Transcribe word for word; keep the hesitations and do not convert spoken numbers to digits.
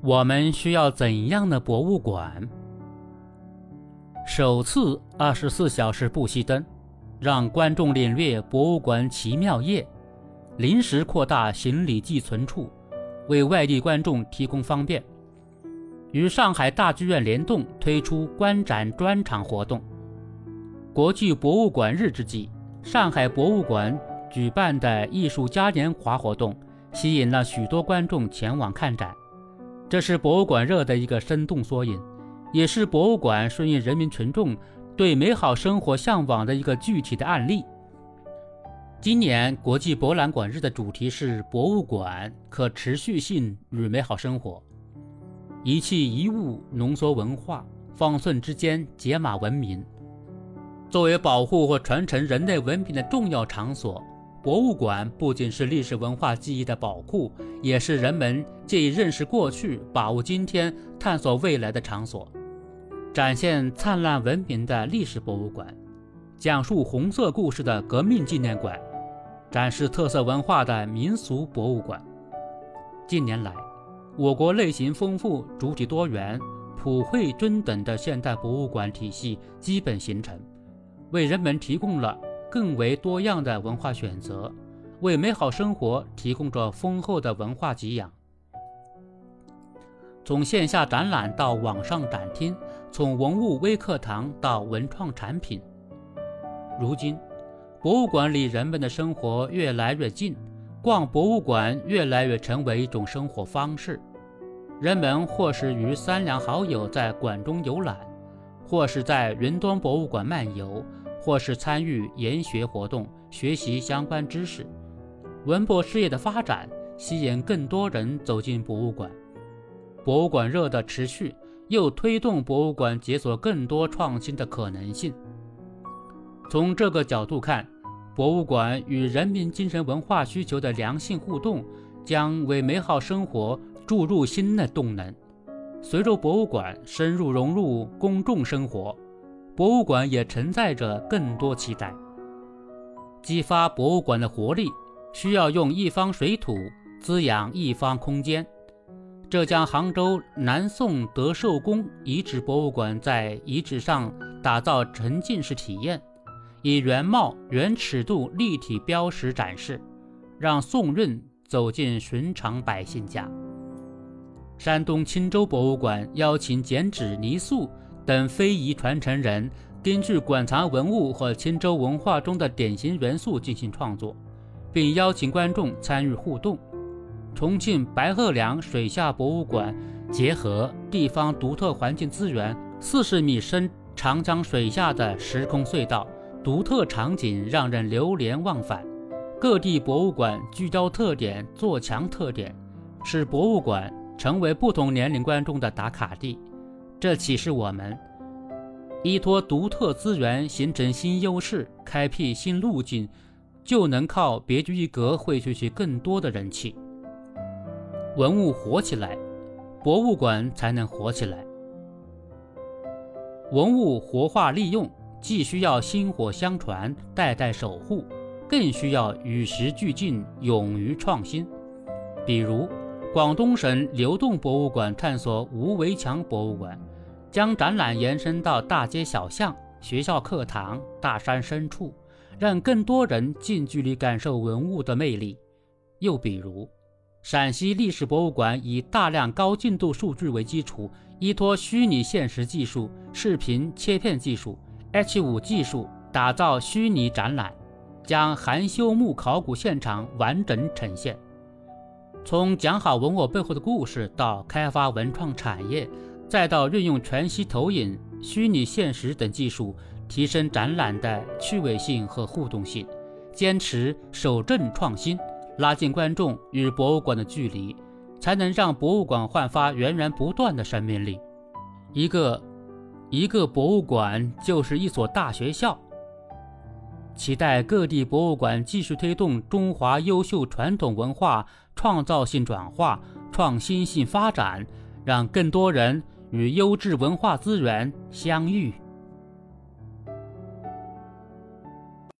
我们需要怎样的博物馆？首次二十四小时不熄灯，让观众领略博物馆奇妙夜；临时扩大行李寄存处，为外地观众提供方便。与上海大剧院联动推出观展专场活动。国际博物馆日之际，上海博物馆举办的艺术嘉年华活动吸引了许多观众前往看展。这是博物馆热的一个生动缩影，也是博物馆顺应人民群众对美好生活向往的一个具体的案例。今年国际博览馆日的主题是博物馆可持续性与美好生活。一器一物浓缩文化，方寸之间解码文明。作为保护或传承人类文明的重要场所，博物馆不仅是历史文化记忆的宝库，也是人们借以认识过去、把握今天、探索未来的场所。展现灿烂文明的历史博物馆，讲述红色故事的革命纪念馆，展示特色文化的民俗博物馆。近年来，我国类型丰富、主体多元、普惠均等的现代博物馆体系基本形成，为人们提供了更为多样的文化选择，为美好生活提供着丰厚的文化给养。从线下展览到网上展厅，从文物微课堂到文创产品，如今博物馆离人们的生活越来越近，逛博物馆越来越成为一种生活方式。人们或是与三两好友在馆中游览，或是在云端博物馆漫游，或是参与研学活动，学习相关知识。文博事业的发展吸引更多人走进博物馆，博物馆热的持续又推动博物馆解锁更多创新的可能性。从这个角度看，博物馆与人民精神文化需求的良性互动，将为美好生活注入新的动能。随着博物馆深入融入公众生活，博物馆也承载着更多期待。激发博物馆的活力，需要用一方水土滋养一方空间。浙江杭州南宋德寿宫遗址博物馆在遗址上打造沉浸式体验，以原貌、原尺度立体标识展示，让宋韵走进寻常百姓家。山东青州博物馆邀请剪纸、泥塑等非遗传承人，根据馆藏文物和青州文化中的典型元素进行创作，并邀请观众参与互动。重庆白鹤梁水下博物馆结合地方独特环境资源，四十米深长江水下的时空隧道，独特场景让人流连忘返。各地博物馆聚焦特点，做强特点，使博物馆成为不同年龄观众的打卡地。这启示我们，依托独特资源形成新优势，开辟新路径，就能靠别具一格汇聚起更多的人气。文物活起来，博物馆才能活起来。文物活化利用，既需要薪火相传、代代守护，更需要与时俱进、勇于创新。比如广东省流动博物馆探索无围墙博物馆，将展览延伸到大街小巷、学校课堂、大山深处，让更多人近距离感受文物的魅力。又比如陕西历史博物馆以大量高进度数据为基础，依托虚拟现实技术、视频切片技术、H 五 技术打造虚拟展览，将含羞墓考古现场完整呈现。从讲好文物背后的故事，到开发文创产业，再到运用全息投影、虚拟现实等技术，提升展览的趣味性和互动性，坚持守正创新，拉近观众与博物馆的距离，才能让博物馆焕发源源不断的生命力。一个一个博物馆就是一所大学校。期待各地博物馆继续推动中华优秀传统文化创造性转化、创新性发展，让更多人与优质文化资源相遇。